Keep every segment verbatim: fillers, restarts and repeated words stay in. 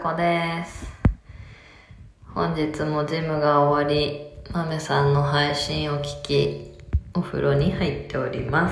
こです。本日もジムが終わり、まめさんの配信を聞き、お風呂に入っております。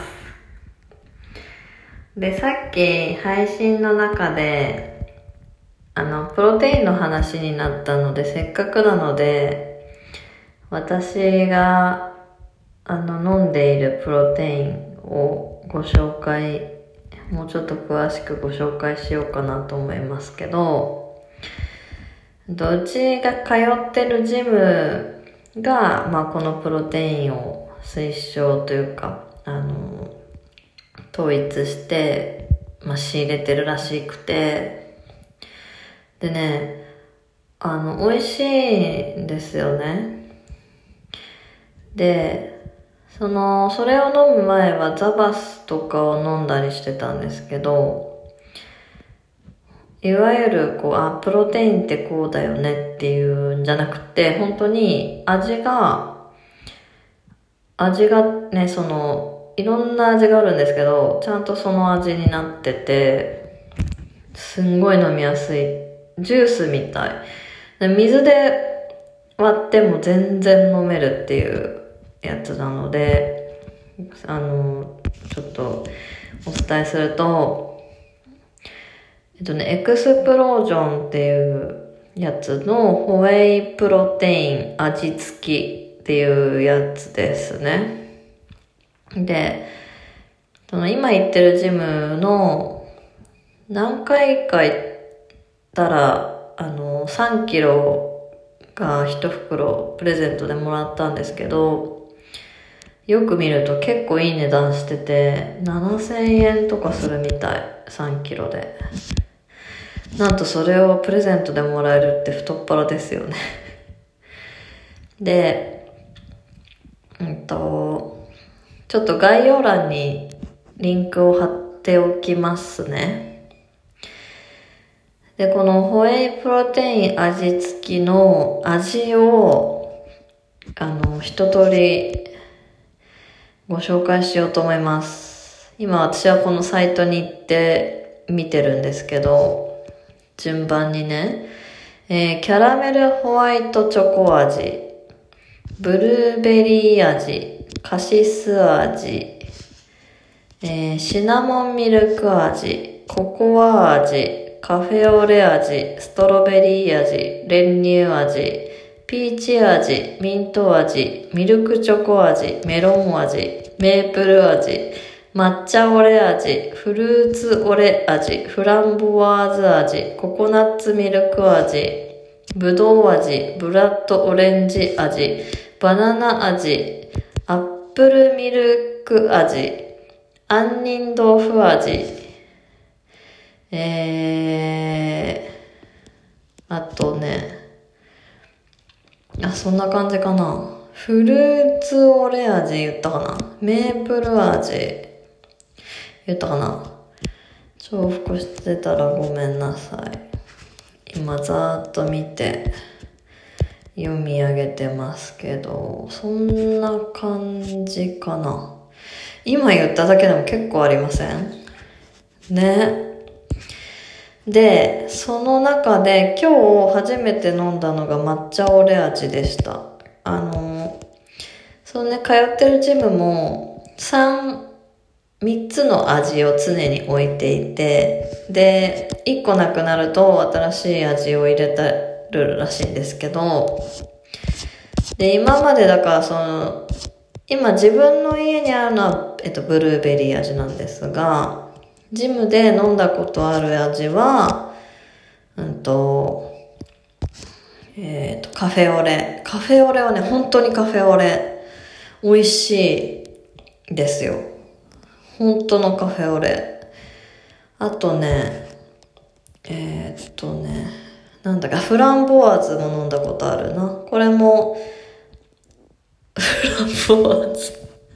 で、さっき配信の中で、あの、プロテインの話になったので、せっかくなので、私が、あの、飲んでいるプロテインをご紹介、もうちょっと詳しくご紹介しようかなと思いますけど、うちが通ってるジムが、まあ、このプロテインを推奨というか、あの、統一して、まあ、仕入れてるらしくて、でね、あの、美味しいんですよね。で、その、それを飲む前はザバスとかを飲んだりしてたんですけど、いわゆるこう、あ、プロテインってこうだよねっていうんじゃなくて、本当に味が、味がね、その、いろんな味があるんですけど、ちゃんとその味になってて、すんごい飲みやすい。ジュースみたい。で水で割っても全然飲めるっていうやつなので、あの、ちょっとお伝えすると、えっとね、エクスプロージョンっていうやつのホエイプロテイン味付きっていうやつですね。で、その今行ってるジムの何回か行ったら、あの、さんキロがいち袋プレゼントでもらったんですけど、よく見ると結構いい値段してて、ななせんえんとかするみたい。さんキロで。なんとそれをプレゼントでもらえるって太っ腹ですよね。で、うんと、ちょっと概要欄にリンクを貼っておきますね。で、このホエイプロテイン味付きの味を、あの、一通りご紹介しようと思います。今私はこのサイトに行って見てるんですけど、順番にね、えー、キャラメルホワイトチョコ味、ブルーベリー味、カシス味、えー、シナモンミルク味、ココア味、カフェオレ味、ストロベリー味、練乳味、ピーチ味、ミント味、ミルクチョコ味、メロン味、メープル味、抹茶オレ味、フルーツオレ味、フランボワーズ味、ココナッツミルク味、ブドウ味、ブラッドオレンジ味、バナナ味、アップルミルク味、杏仁豆腐味、えー、あとね、あ、そんな感じかな。フルーツオレ味言ったかな。メープル味言ったかな。重複してたらごめんなさい。今ざーっと見て読み上げてますけど、そんな感じかな。今言っただけでも結構ありません？ね。で、その中で今日初めて飲んだのが抹茶オレ味でした。あの、そのね、通ってるジムも3、3つの味を常に置いていて、で、いっこなくなると新しい味を入れたるらしいんですけど、で、今までだからその、今自分の家にあるのは、えっと、ブルーベリー味なんですが、ジムで飲んだことある味は、うんと、えっと、カフェオレ。カフェオレはね、本当にカフェオレ、美味しいですよ。本当のカフェオレ。あとね、えー、っとね、なんだか、フランボワーズも飲んだことあるな。これも、フランボワーズ。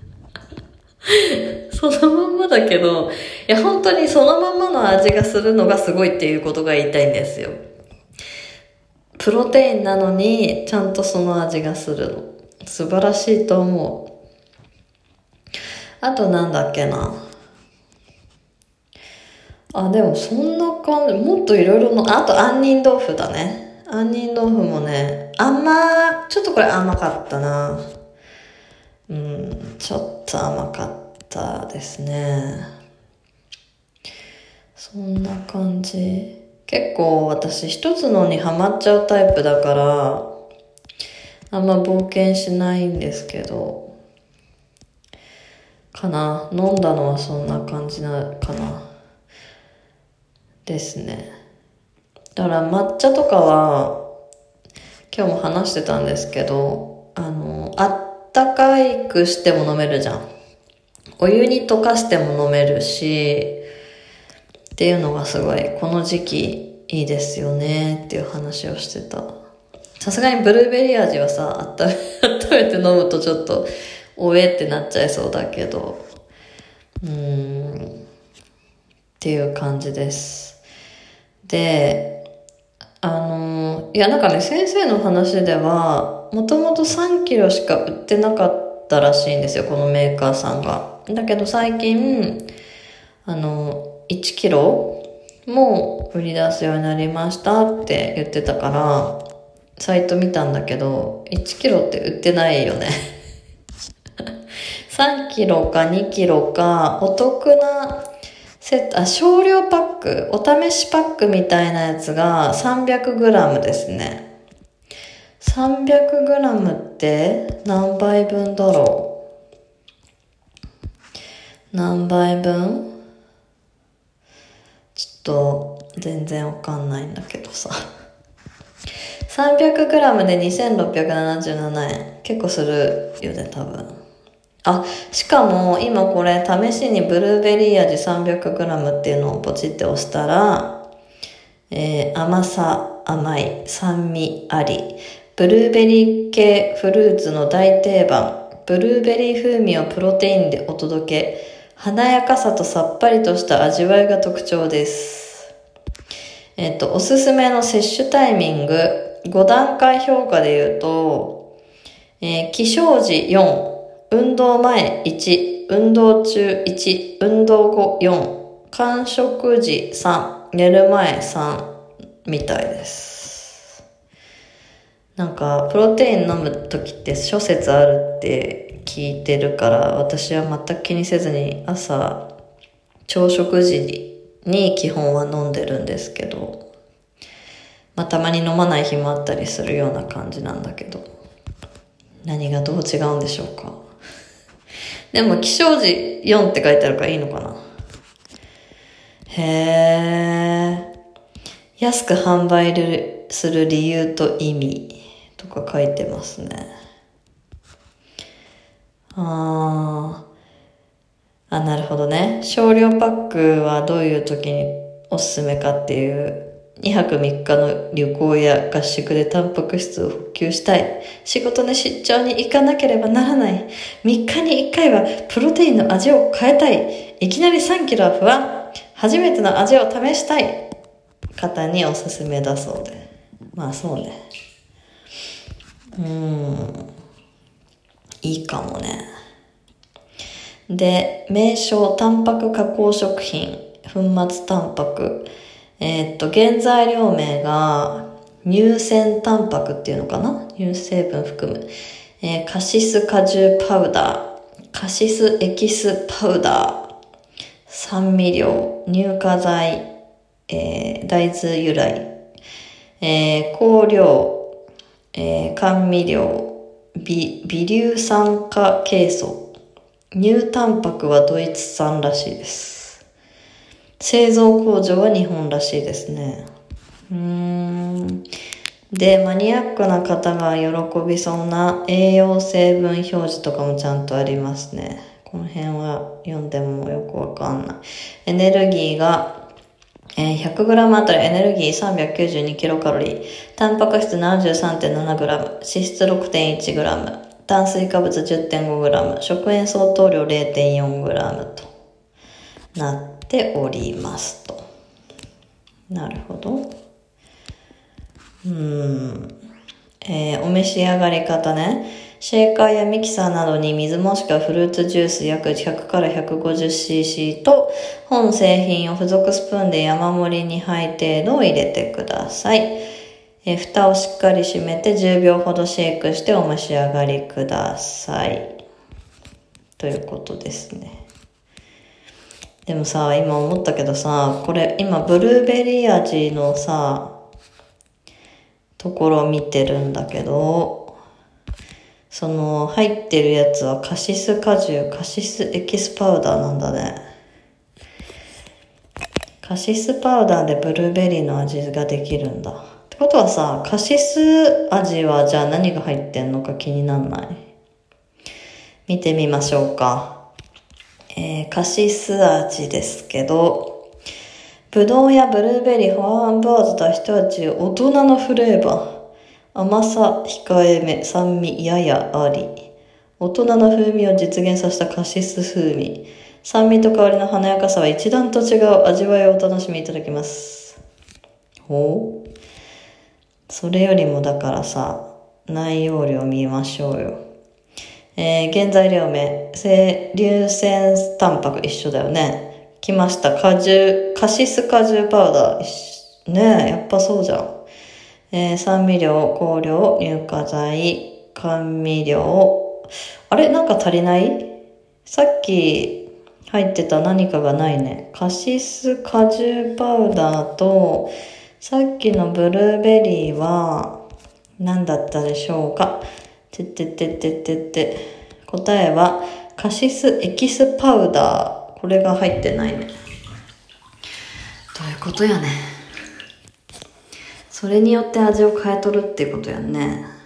そのまんまだけど、いや本当にそのまんまの味がするのがすごいっていうことが言いたいんですよ。プロテインなのにちゃんとその味がするの。素晴らしいと思う。あとなんだっけな。 あ、でもそんな感じ、もっといろいろの、あと杏仁豆腐だね。杏仁豆腐もね、甘、ちょっとこれ甘かったな。うん、ちょっと甘かったですね。そんな感じ。結構私一つのにハマっちゃうタイプだから、あんま冒険しないんですけど、かな。飲んだのはそんな感じな、かな。ですね。だから抹茶とかは、今日も話してたんですけど、あの、あったかいくしても飲めるじゃん。お湯に溶かしても飲めるし、っていうのがすごい、この時期いいですよねっていう話をしてた。さすがにブルーベリー味はさ、あっため、温めて飲むとちょっと、おえってなっちゃいそうだけど、うーん、っていう感じです。で、あの、いやなんかね、先生の話では、もともとさんキロしか売ってなかったらしいんですよ、このメーカーさんが。だけど最近、あの、いちキロも売り出すようになりましたって言ってたから、サイト見たんだけど、いちキロって売ってないよね。さんキロかにキロか、お得なセット、あ、少量パック、お試しパックみたいなやつが さんびゃくグラム ですね。さんびゃくグラム って何杯分だろう？何杯分？ちょっと全然わかんないんだけどさ。さんびゃくグラム でにせんろっぴゃくななじゅうななえん。結構するよね、多分。あ、しかも今これ試しにブルーベリー味 さんびゃくグラム っていうのをポチって押したら、えー、甘さ甘い、酸味あり、ブルーベリー系フルーツの大定番、ブルーベリー風味をプロテインでお届け、華やかさとさっぱりとした味わいが特徴です。えっと、おすすめの摂取タイミング、ご段階評価で言うと、えー、起床時よん、運動前いち、運動中いち、運動後よん、間食時さん、寝る前さんみたいです。なんかプロテイン飲む時って諸説あるって聞いてるから、私は全く気にせずに朝朝食時に基本は飲んでるんですけど、まあたまに飲まない日もあったりするような感じなんだけど、何がどう違うんでしょうか。でも起床時よんって書いてあるからいいのかな。へー。安く販売する理由と意味とか書いてますね。あー。あ、なるほどね。少量パックはどういう時におすすめかっていう。にはくみっかの旅行や合宿でタンパク質を補給したい。仕事に出張に行かなければならない。みっかにいっかいはプロテインの味を変えたい。いきなりさんキロは不安。初めての味を試したい方におすすめだそうで。まあそうね。うーん。いいかもね。で、名称、タンパク加工食品、粉末タンパク。えー、っと、原材料名が、乳腺タンパクっていうのかな？乳成分含む。えー、カシス果汁パウダー、カシスエキスパウダー、酸味料、乳化剤、えー、大豆由来、えー、香料、えー、甘味料、微、微硫酸化ケイ素。乳タンパクはドイツ産らしいです。製造工場は日本らしいですね。うーん。で、マニアックな方が喜びそうな栄養成分表示とかもちゃんとありますね。この辺は読んでもよくわかんない。エネルギーが、えー、ひゃくグラム あたりエネルギー さんびゃくきゅうじゅうにキロカロリー、タンパク質 ななじゅうさんてんななグラム、脂質 ろくてんいちグラム、炭水化物 じゅってんごグラム、食塩相当量 れいてんよんグラム となっておりますと。なるほど。うーん。えー、お召し上がり方ね。 シェーカーやミキサーなどに水もしくはフルーツジュース約ひゃくからひゃくごじゅうシーシー と本製品を付属スプーンで山盛りにはい程度を入れてください。え蓋をしっかり閉めてじゅうびょうほどシェイクしてお召し上がりください。ということですね。でもさ、今思ったけどさ、これ今ブルーベリー味のさ、ところを見てるんだけど、その入ってるやつはカシス果汁、カシスエキスパウダーなんだね。カシスパウダーでブルーベリーの味ができるんだ。ってことはさ、カシス味はじゃあ何が入ってんのか気になんない？見てみましょうか。えー、カシス味ですけど、ぶどうやブルーベリー、ファンバーズと一味大人のフレーバー。甘さ控えめ、酸味ややあり。大人の風味を実現させたカシス風味。酸味と香りの華やかさは一段と違う味わいをお楽しみいただきます。ほう？それよりもだからさ、内容量見ましょうよ。えー、原材料名、硫酸タンパク一緒だよね。来ました。果汁、カシス果汁パウダー。ねえ、やっぱそうじゃん。えー、酸味料、香料、乳化剤、甘味料。あれなんか足りない？さっき入ってた何かがないね。カシス果汁パウダーと、さっきのブルーベリーは何だったでしょうか？てってってってってって。答えはカシスエキスパウダー。これが入ってないね。どういうことやね。それによって味を変えとるっていうことやね。